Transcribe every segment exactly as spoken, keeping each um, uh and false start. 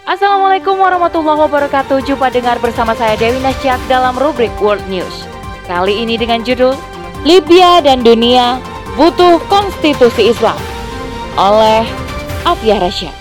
Assalamualaikum warahmatullahi wabarakatuh. Jumpa dengar bersama saya Dewi Nasjak dalam rubrik World News. Kali ini dengan judul Libya dan Dunia Butuh Konstitusi Islam oleh Afia Rasyad.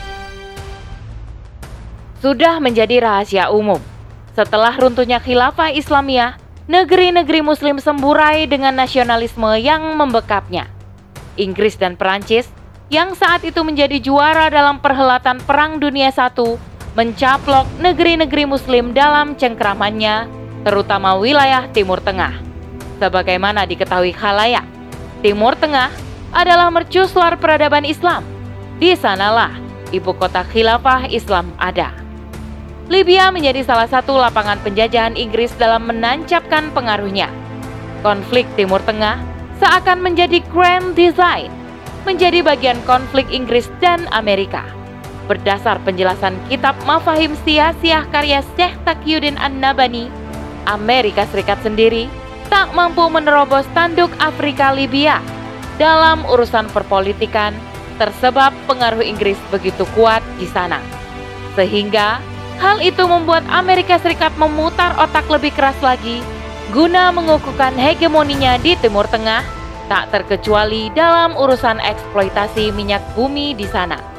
Sudah menjadi rahasia umum, setelah runtuhnya khilafah Islamiyah, negeri-negeri muslim semburai dengan nasionalisme yang membekapnya. Inggris dan Perancis yang saat itu menjadi juara dalam perhelatan Perang Dunia Satu mencaplok negeri-negeri muslim dalam cengkramannya, terutama wilayah Timur Tengah. Sebagaimana diketahui khalayak, Timur Tengah adalah mercusuar peradaban Islam. Di sanalah ibu kota khilafah Islam ada. Libya menjadi salah satu lapangan penjajahan Inggris dalam menancapkan pengaruhnya. Konflik Timur Tengah seakan menjadi grand design, menjadi bagian konflik Inggris dan Amerika. Berdasar penjelasan kitab Mafahim Siyasiyah karya Syekh Taqiyuddin An-Nabhani, Amerika Serikat sendiri tak mampu menerobos tanduk Afrika Libya dalam urusan perpolitikan, tersebab pengaruh Inggris begitu kuat di sana. Sehingga hal itu membuat Amerika Serikat memutar otak lebih keras lagi guna mengukuhkan hegemoninya di Timur Tengah, tak terkecuali dalam urusan eksploitasi minyak bumi di sana.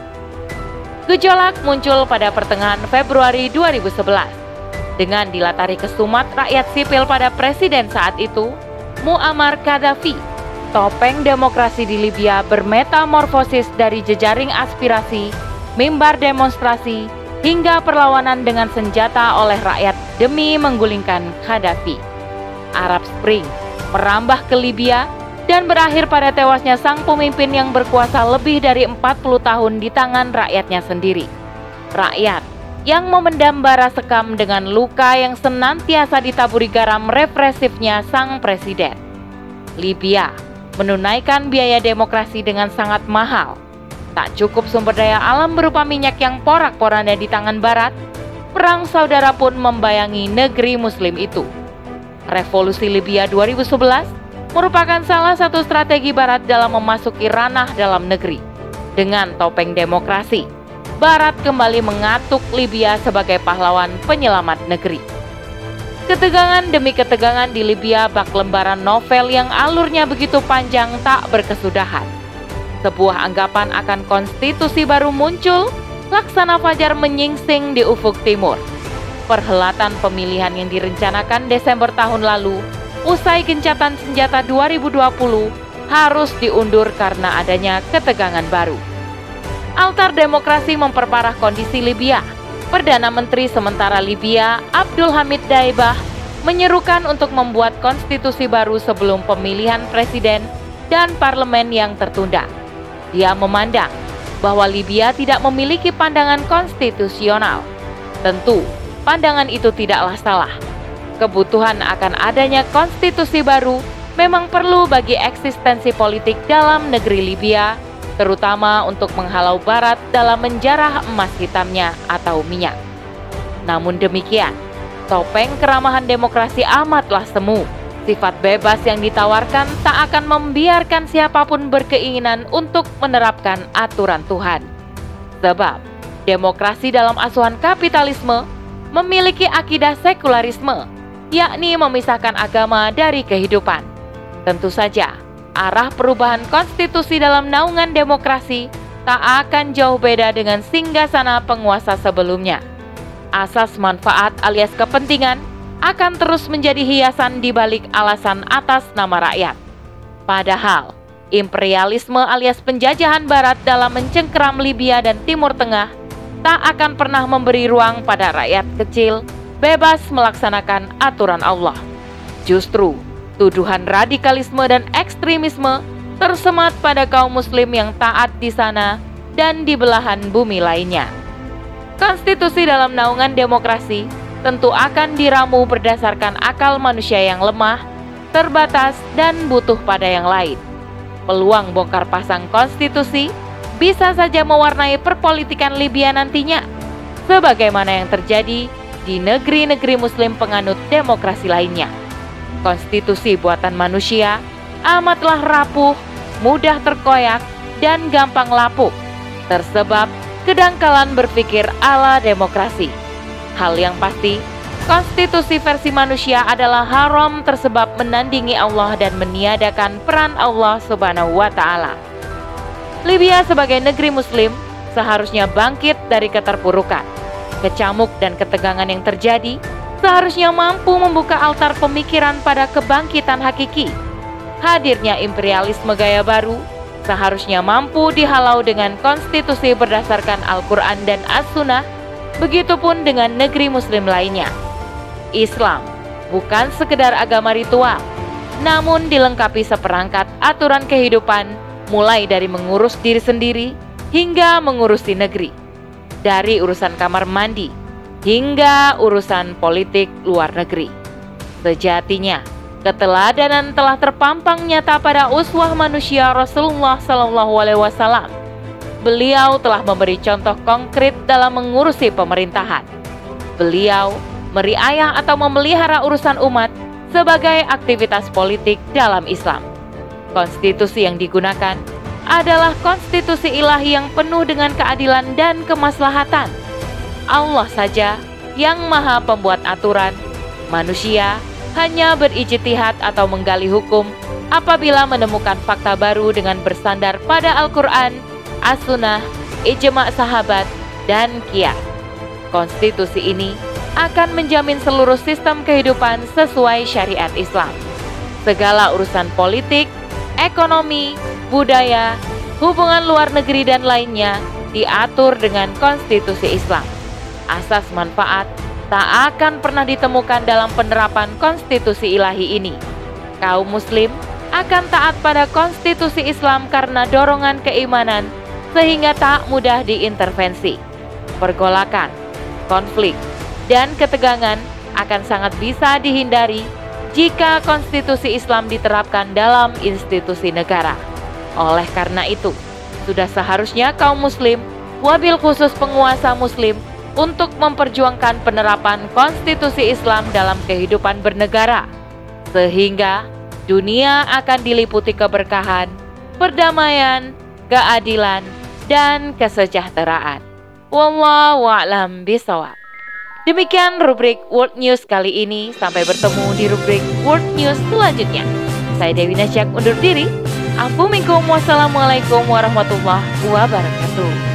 Gejolak muncul pada pertengahan Februari dua ribu sebelas dengan dilatari kesumat rakyat sipil pada presiden saat itu, Muammar Gaddafi. Topeng demokrasi di Libya bermetamorfosis dari jejaring aspirasi, mimbar demonstrasi, hingga perlawanan dengan senjata oleh rakyat demi menggulingkan Gaddafi. Arab Spring merambah ke Libya dan berakhir pada tewasnya sang pemimpin yang berkuasa lebih dari empat puluh tahun di tangan rakyatnya sendiri. Rakyat yang memendam bara sekam dengan luka yang senantiasa ditaburi garam represifnya sang presiden. Libya menunaikan biaya demokrasi dengan sangat mahal. Tak cukup sumber daya alam berupa minyak yang porak-poranda di tangan barat, perang saudara pun membayangi negeri muslim itu. Revolusi Libya dua ribu sebelas merupakan salah satu strategi barat dalam memasuki ranah dalam negeri. Dengan topeng demokrasi, barat kembali mengatuk Libya sebagai pahlawan penyelamat negeri. Ketegangan demi ketegangan di Libya bak lembaran novel yang alurnya begitu panjang tak berkesudahan. Sebuah anggapan akan konstitusi baru muncul, laksana fajar menyingsing di ufuk timur. Perhelatan pemilihan yang direncanakan Desember tahun lalu, usai gencatan senjata dua ribu dua puluh, harus diundur karena adanya ketegangan baru. Altar demokrasi memperparah kondisi Libya. Perdana Menteri sementara Libya, Abdul Hamid Daibah, menyerukan untuk membuat konstitusi baru sebelum pemilihan presiden dan parlemen yang tertunda. Dia memandang bahwa Libya tidak memiliki pandangan konstitusional. Tentu, pandangan itu tidaklah salah. Kebutuhan akan adanya konstitusi baru memang perlu bagi eksistensi politik dalam negeri Libya, terutama untuk menghalau Barat dalam menjarah emas hitamnya atau minyak. Namun demikian, topeng keramahan demokrasi amatlah semu. Sifat bebas yang ditawarkan tak akan membiarkan siapapun berkeinginan untuk menerapkan aturan Tuhan. Sebab, demokrasi dalam asuhan kapitalisme memiliki akidah sekularisme, yakni memisahkan agama dari kehidupan. Tentu saja, arah perubahan konstitusi dalam naungan demokrasi tak akan jauh beda dengan singgasana penguasa sebelumnya. Asas manfaat alias kepentingan akan terus menjadi hiasan di balik alasan atas nama rakyat. Padahal, imperialisme alias penjajahan barat dalam mencengkeram Libya dan Timur Tengah tak akan pernah memberi ruang pada rakyat kecil bebas melaksanakan aturan Allah. Justru, tuduhan radikalisme dan ekstremisme tersemat pada kaum muslim yang taat di sana dan di belahan bumi lainnya. Konstitusi dalam naungan demokrasi tentu akan diramu berdasarkan akal manusia yang lemah, terbatas, dan butuh pada yang lain. Peluang bongkar pasang konstitusi bisa saja mewarnai perpolitikan Libya nantinya, sebagaimana yang terjadi di negeri-negeri muslim penganut demokrasi lainnya. Konstitusi buatan manusia amatlah rapuh, mudah terkoyak, dan gampang lapuk, tersebab kedangkalan berpikir ala demokrasi. Hal yang pasti, konstitusi versi manusia adalah haram tersebab menandingi Allah dan meniadakan peran Allah Subhanahu wa Ta'ala. Libya sebagai negeri Muslim seharusnya bangkit dari keterpurukan, kecamuk dan ketegangan yang terjadi. Seharusnya mampu membuka altar pemikiran pada kebangkitan hakiki. Hadirnya imperialisme gaya baru seharusnya mampu dihalau dengan konstitusi berdasarkan Al-Quran dan As-Sunnah. Begitupun dengan negeri Muslim lainnya. Islam bukan sekedar agama ritual, namun dilengkapi seperangkat aturan kehidupan, mulai dari mengurus diri sendiri hingga mengurusi negeri, dari urusan kamar mandi hingga urusan politik luar negeri. Sejatinya, keteladanan telah terpampang nyata pada uswah manusia Rasulullah Shallallahu Alaihi Wasallam. Beliau telah memberi contoh konkret dalam mengurusi pemerintahan. Beliau meriayah atau memelihara urusan umat sebagai aktivitas politik dalam Islam. Konstitusi yang digunakan adalah konstitusi ilahi yang penuh dengan keadilan dan kemaslahatan. Allah saja yang maha pembuat aturan. Manusia hanya berijtihad atau menggali hukum apabila menemukan fakta baru dengan bersandar pada Al-Quran, As-Sunnah, ijma' sahabat, dan qiyas. Konstitusi ini akan menjamin seluruh sistem kehidupan sesuai syariat Islam. Segala urusan politik, ekonomi, budaya, hubungan luar negeri dan lainnya diatur dengan konstitusi Islam. Asas manfaat tak akan pernah ditemukan dalam penerapan konstitusi ilahi ini. Kaum muslim akan taat pada konstitusi Islam karena dorongan keimanan, sehingga tak mudah diintervensi. Pergolakan, konflik, dan ketegangan akan sangat bisa dihindari jika konstitusi Islam diterapkan dalam institusi negara. Oleh karena itu, sudah seharusnya kaum muslim, wabil khusus penguasa muslim, untuk memperjuangkan penerapan konstitusi Islam dalam kehidupan bernegara, sehingga dunia akan diliputi keberkahan, perdamaian, keadilan, dan kesejahteraan. Wallahu a'lam bishawab. Demikian rubrik World News kali ini. Sampai bertemu di rubrik World News selanjutnya. Saya Dewi Nasyak undur diri. Afu minkum, wassalamualaikum warahmatullahi wabarakatuh.